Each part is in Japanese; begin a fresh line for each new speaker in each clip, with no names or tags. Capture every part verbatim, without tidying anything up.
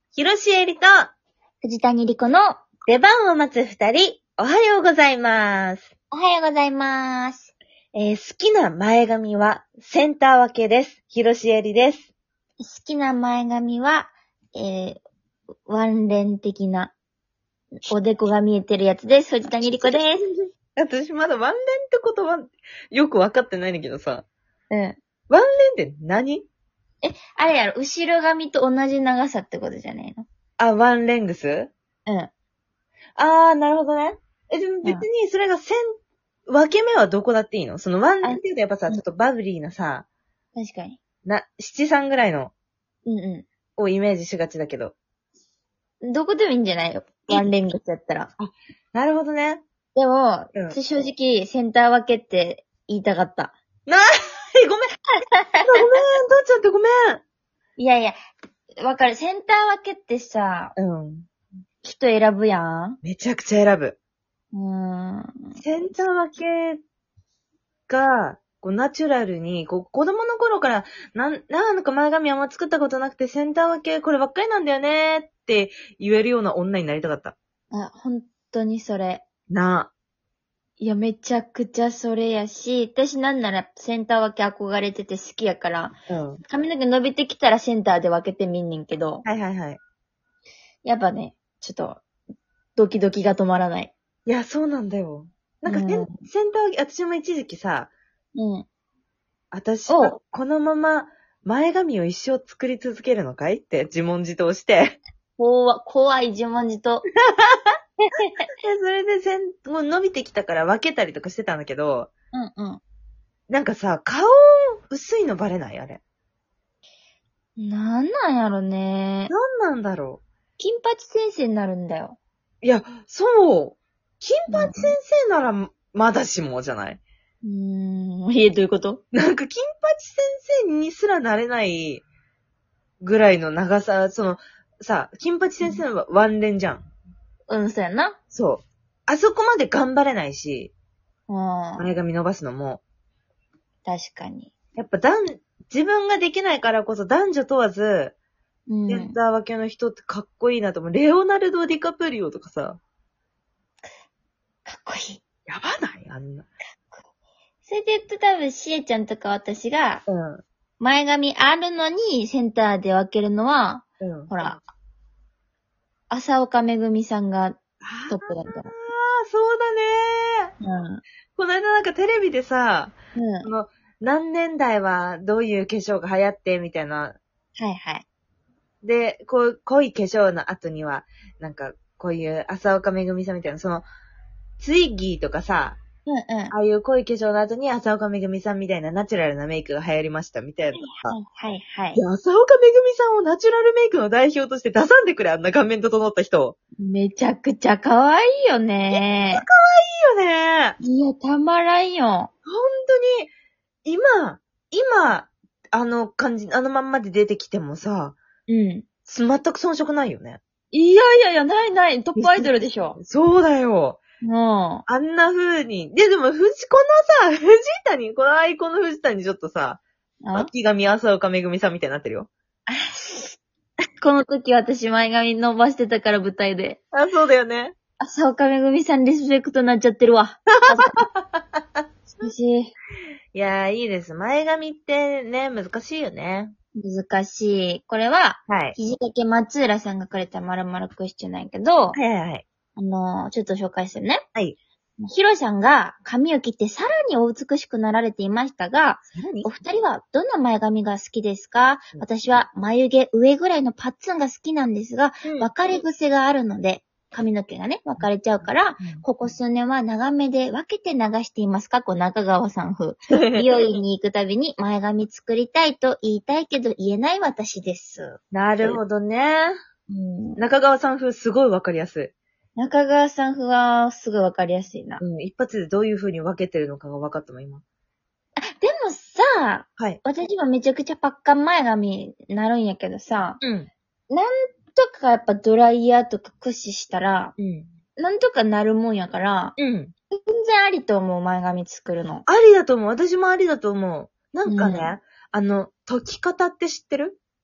広しえりと
藤谷莉子の
出番を待つ二人、おはようございます。
おはようございます。
えー、好きな前髪はセンター分けです。広しえりです。
好きな前髪は、えー、ワンレン的な、おでこが見えてるやつです。藤谷莉子です。
私まだワンレンってことはよくわかってないんだけどさ。
うん。
ワンレンって何？
え、あれやろ、後ろ髪と同じ長さってことじゃないの？
あ、ワンレングス？
うん。
あー、なるほどね。え、でも別にそれがセン、分け目はどこだっていいの？そのワンレンって言うとやっぱさ、
うん
ちょっとバブリーなさ、
確かに。
な、七三ぐらいの
うんう
をイメージしがちだけど。
ん。どこでもいいんじゃないよ。ワンレングスやったら。
なるほどね。
でも、
うん
私正直、センター分けって言いたかった。
なーい、ごめん。ごめん、父ちゃんってごめん。
いやいや、わかる。センター分けってさ、
うん。
人選ぶやん。
めちゃくちゃ選ぶ。
うーん。
センター分けが、こう、ナチュラルに、こう、子供の頃から、なん、なんか前髪あんま作ったことなくて、センター分けこればっかりなんだよねって言えるような女になりたかった。
あ、本当にそれ。
な。
いや、めちゃくちゃそれやし、私なんならセンター分け憧れてて好きやから、
うん。
髪の毛伸びてきたらセンターで分けてみんねんけど、
はいはいはい。
やっぱね、ちょっと、ドキドキが止まらない。
いや、そうなんだよ。なんかセン、
うん
センター分け、私も一時期さ、
うん。
私はこのまま前髪を一生作り続けるのかいって自問自答して、
怖、怖い自問自答。
で、それでせん、もう伸びてきたから分けたりとかしてたんだけど、
うんうん。
なんかさ、顔薄いのバレないあれ。
なんなんやろね。
なんなんだろ
金八先生になるんだよ。
う。いや、そう。金八
うん
先生ならまだしもじゃない？
うーん。いえ、どういうこと？
なんか金八先生にすらなれないぐらいの長さ、その、さ、金八先生はワンレンじゃん。
うん、そうやな。
そう。あそこまで頑張れないし、
うん。
前髪伸ばすのも。
確かに。
やっぱ男、自分ができないからこそ男女問わず、
うん。
センター分けの人ってかっこいいなと思う。レオナルド・ディカプリオとかさ、
かっこいい。
やばないあんな。
それで言うと多分、しえちゃんとか私が、
うん。
前髪あるのにセンターで分けるのは、
うん。
ほら、浅岡めぐみさんがトップだったら。
ああ、そうだね
うん。
この間なんかテレビでさ、
うん。
その、何年代はどういう化粧が流行ってみたいな。
はいはい。
で、こう、濃い化粧の後には、なんか、こういう浅岡めぐみさんみたいな、その、ツイッギーとかさ、
うんうん。はい
ああいう濃い化粧の後に浅岡めぐみさんみたいなナチュラルなメイクが流行りましたみたいなさ。
はいはい
い。や、浅岡めぐみさんをナチュラルメイクの代表として出さんでくれ、あんな顔面整った人。
めちゃくちゃ可愛いよね。
いいよね。
いや、たまらんよ。
本当に、今、今、あの感じ、あのまんまで出てきてもさ、
うん。
全く遜色ないよね。
いやいやいや、ないない。トップアイドルでしょ。
そうだよ。
も
あんな風に。で、でも、藤、このさ、藤谷、このアイコンの藤谷ちょっとさ、
う。あ
秋上浅岡めぐみさんみたいになってるよ。
この時私前髪伸ばしてたから舞台で。
あ、そうだよね。
浅岡めぐみさんリスペクトになっちゃってるわ。難しい。
いやー、いいです。前髪ってね、難しいよね。
難しい。これは、
はい。
ひじかけ松浦さんがくれたまるまるクエスチョンなんやけど、
はいはいはい。
あのー、ちょっと紹介するね。
はい。
ヒロさんが髪を切ってさらにお美しくなられていましたが、
何
お二人はどんな前髪が好きですか？
うん
私は眉毛上ぐらいのパッツンが好きなんですが、分かれ癖があるので、髪の毛がね、分かれちゃうから、
うん
ここ数年は長めで分けて流していますか？こう中川さん風。美容院に行くたびに前髪作りたいと言いたいけど言えない私です。
なるほどね。
うん、
中川さん風すごいわかりやすい。
中川さん風はすごい分かりやすいな。
うん、一発でどういう風に分けてるのかが分かったの、今。
でもさ、
はい。
私はめちゃくちゃパッカン前髪になるんやけどさ、
うん。
なんとかやっぱドライヤーとか駆使したら、
うん。
なんとかなるもんやから、
うん。
全然ありと思う前髪作るの。
ありだと思う。私もありだと思う。なんかね、
うん
あの、解き方って知ってる？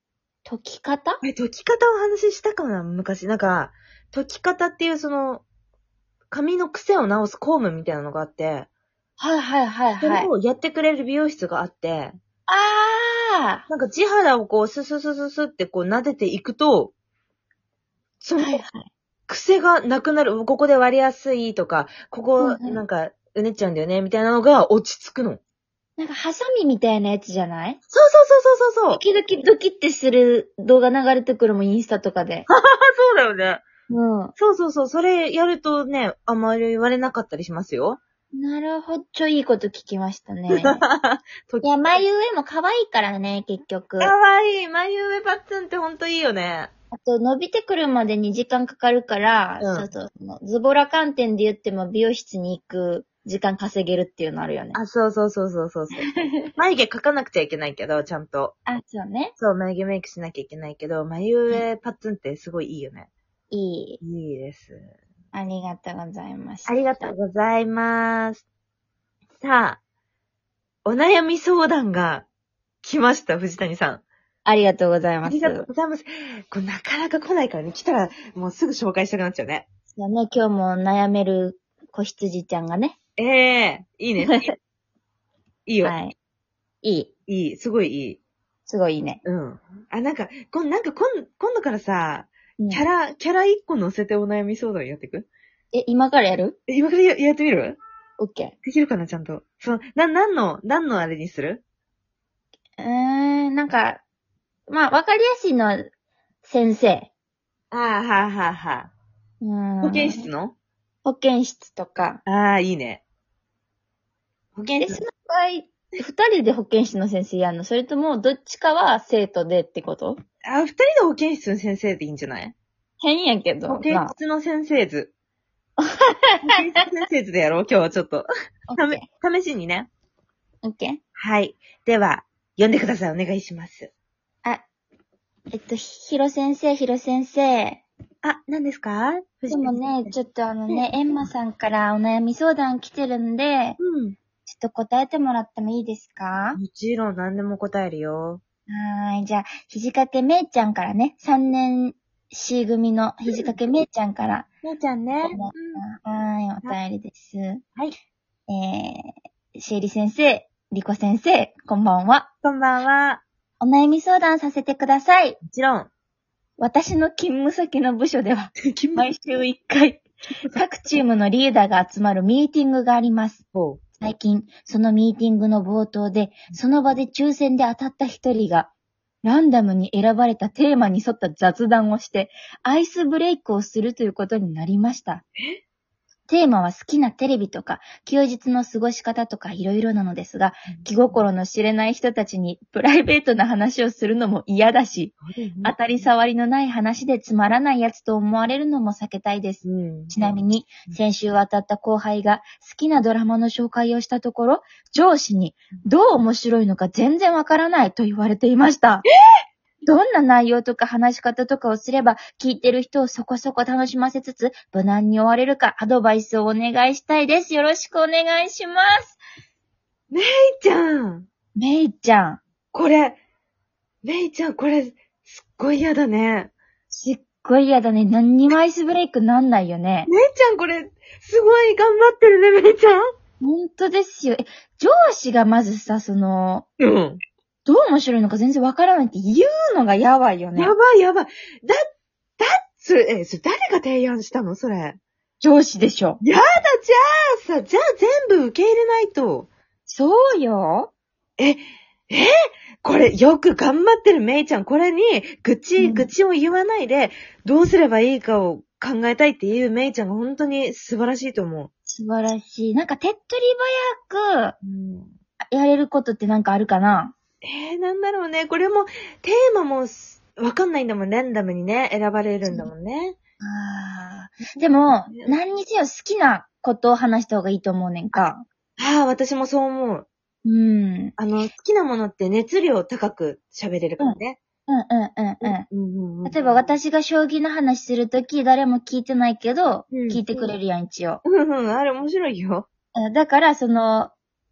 解き方？
え、解き方を話したかな昔。なんか、解き方っていうその、髪の癖を直すコームみたいなのがあって、
はいはいはい
それ
はい。
をやってくれる美容室があって、
あ
なんか地肌をこうスススススってこう撫でていくと、そ
ー。
の
はいはい。
癖がなくなる。ここで割りやすいとか、ここ
うんうん
なんかうねっちゃうんだよね、みたいなのが落ち着くの。
なんか、ハサミみたいなやつじゃない？
そうそうそうそうそうそう。
時々ドキってする動画流れてくるもん、インスタとかで。
あ、そうだよね。
うん。
そうそうそう。それやるとね、あんまり言われなかったりしますよ。
なるほど。ちょ、いいこと聞きましたね。
と
いや、眉上も可愛いからね、結局。
かわいい。眉上パッツンってほんといいよね。
あと、伸びてくるまでに時間かかるから、
うん
そうそう、そのズボラ観点で言っても美容室に行く時間稼げるっていうのあるよね。
あ、そうそうそうそうそうそう。眉毛描かなくちゃいけないけど、ちゃんと。
あ、そうね。
そう、眉毛メイクしなきゃいけないけど、眉上パッツンってすごいいいよね。
いい。
いいです。
ありがとうございました。
ありがとうございます。さあ、お悩み相談が来ました、藤谷さん。
ありがとうございます。
ありがとうございます。これなかなか来ないからね、来たらもうすぐ紹介したくなっちゃうね。
そうね、今日も悩める子羊ちゃんがね。
ええー、いいね。いいよ。
はい。いい。
いい、すごいいい。
すごいいいね。
うん。あ、なんか、こんなんか今今度からさ、
うん、
キャラ、キャラ一個乗せてお悩み相談やっていく？
え、今からやる？
え今からややってみる？
オッケ
できるかな、ちゃんと。そう、な、なんの、なんのあれにする？
ー。えー、なんか、まあ、わかりやすいのは、先生。
ああ、はあ、はあ、はあ。
うーん。
保健室の？
保健室とか。
ああ、いいね。保健
え、
室
その場合、二人で保健室の先生やんの？それとも、どっちかは生徒でってこと？
あ、二人で保健室の先生でいいんじゃない？
変やけど。
保健
まあ、
室の先生図。保健室先生図でやろう、今日はちょっと。
オッケ
ため、試しにね。
ー。オッケー。
はい。では、読んでください。お願いします。
あ、えっと、ひろ先生、ひろ先生。
あ、何ですか？
でもね、ちょっとあのね、エンマさんからお悩み相談来てるんで、
うん。
ちょっと答えてもらってもいいですか？
もちろん何でも答えるよ。
はーい。じゃあ、ひじかけめいちゃんからね、さんねん C 組のひじかけめいちゃんから、
めいちゃんね。
はーい、お便りです。
はい。
えー、シェリ先生、リコ先生、こんばんは。
こんばんは。
お悩み相談させてください。
もちろん。
私の勤務先の部署では、毎週いっかい、各チームのリーダーが集まるミーティングがあります。
ほう。
最近、そのミーティングの冒頭で、その場で抽選で当たった一人が、ランダムに選ばれたテーマに沿った雑談をして、アイスブレイクをするということになりました。テーマは好きなテレビとか、休日の過ごし方とかいろいろなのですが、気心の知れない人たちにプライベートな話をするのも嫌だし、当たり障りのない話でつまらないやつと思われるのも避けたいです。
うん。
ちなみに、先週当たった後輩が好きなドラマの紹介をしたところ、上司にどう面白いのか全然わからないと言われていました。どんな内容とか話し方とかをすれば、聞いてる人をそこそこ楽しませつつ、無難に終われるかアドバイスをお願いしたいです。よろしくお願いします。
めいちゃん。
めいちゃん。
これ、めいちゃん、これ、すっごい嫌だね。
すっごい嫌だね。何にもアイスブレイクなんないよね。
めいちゃん、これ、すごい頑張ってるね、めいちゃん。
ほんとですよ。え、上司がまずさ、その、
うん。
どう面白いのか全然わからないって言うのがやばいよね。
やばいやばい。だ、だ、それ、え、それ誰が提案したのそれ。
上司でしょ。
やだ、じゃあさ、じゃあ全部受け入れないと。
そうよ。
え、えこれ、よく頑張ってるめいちゃん。これに、愚痴、
うん
愚痴を言わないで、どうすればいいかを考えたいっていうめいちゃんが本当に素晴らしいと思
素晴らしい。なんか手っ取り早く
う。うん、
やれることってなんかあるかな？
えー、なんだろうね。これも、テーマもす、わかんないんだもん。ランダムにね、選ばれるんだもんね。
あーでも、何にせよ好きなことを話した方がいいと思うねんか。
ああ、私もそう思う。
うん。
あの、好きなものって熱量高く喋れるからね。
うんうんうんうん。
うんうんうん、
例えば私が将棋の話するとき誰も聞いてないけど、
うん
聞いてくれるやん、一応。
うんうん、あれ面白いよ。
だから、その、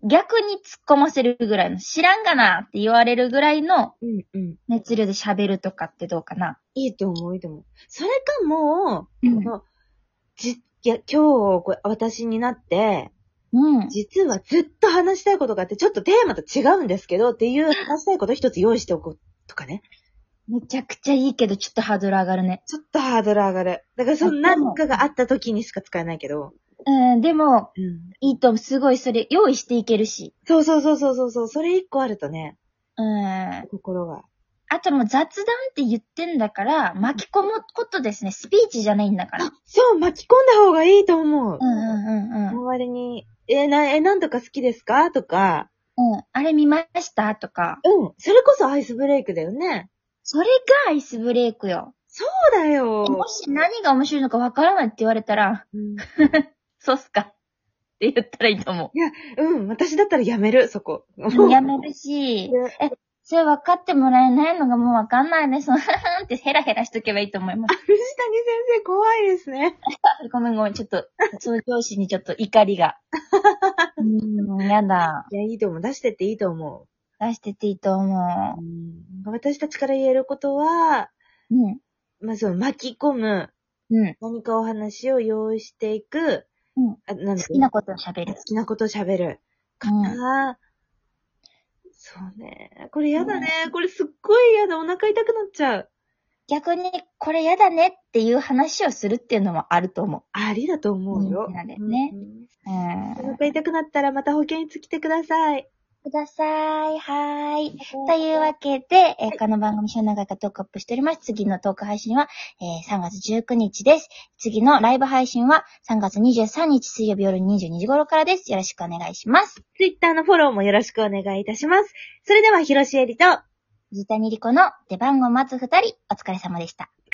逆に突っ込ませるぐらいの、知らんがなって言われるぐらいの
うんうん。
熱量で喋るとかってどうかな。
いいと思う、いいと思う。それかもう、
うん
このじ、いや、今日、これ私になって、
うん。
実はずっと話したいことがあって、ちょっとテーマと違うんですけど、っていう話したいこと一つ用意しておくとかね。
めちゃくちゃいいけど、ちょっとハードル上がるね。
ちょっとハードル上がる。だからその何かがあった時にしか使えないけど。
うん、でも、
うん。
いいと思う。すごいそれ、用意していけるし。
そうそうそうそうそうそう。それ一個あるとね、
うん。
心が。
あともう雑談って言ってんだから、巻き込むことですね。スピーチじゃないんだから。
あ、そう、巻き込んだ方がいいと思う。
うんうんうんうん。
周りに、え、な、え、なんとか好きですかとか。
うん。あれ見ましたとか。
うん。それこそアイスブレイクだよね。
それがアイスブレイクよ。
そうだよ。
もし何が面白いのかわからないって言われたら、
うん、
そうっすか。って言ったらいいと思
いや、うん。私だったらやめる、そこ。
う。やめるし、え、それ分かってもらえないのがもう分かんないね。その、ははんってヘラヘラしとけばいいと思います。
藤谷先生怖いですね。
ごめんごめん、ちょっと、その上司にちょっと怒りが。うーん、やだ。
いや、いいと思う。出してっていいと思
出してていいと思
う。うん、私たちから言えることは、
う。うん。
まあ、その巻き込む、
うん。
何かお話を用意していく、
うん。
あなんだ
好きなことを喋る
好。きなことを喋る。か
うん。
な、そうね。これやだね。これすっごいやだ。お腹痛くなっちゃう。
逆に、これやだねっていう話をするっていうのもあると思
ありだと思うよ。
みんなでね
うん
う。うん。
お腹痛くなったらまた保健室来てください。
ください。はーい。というわけで、えーこの番組、週何回かトークアップしております。次のトーク配信は、えーさんがつじゅうくにちです。次のライブ配信はさんがつにじゅうさんにち水曜日夜にじゅうにじ頃からです。よろしくお願いします。
ツイッターのフォローもよろしくお願いいたします。それでは、広しえりと、
藤谷莉子の出番を待つ二人、お疲れ様でした。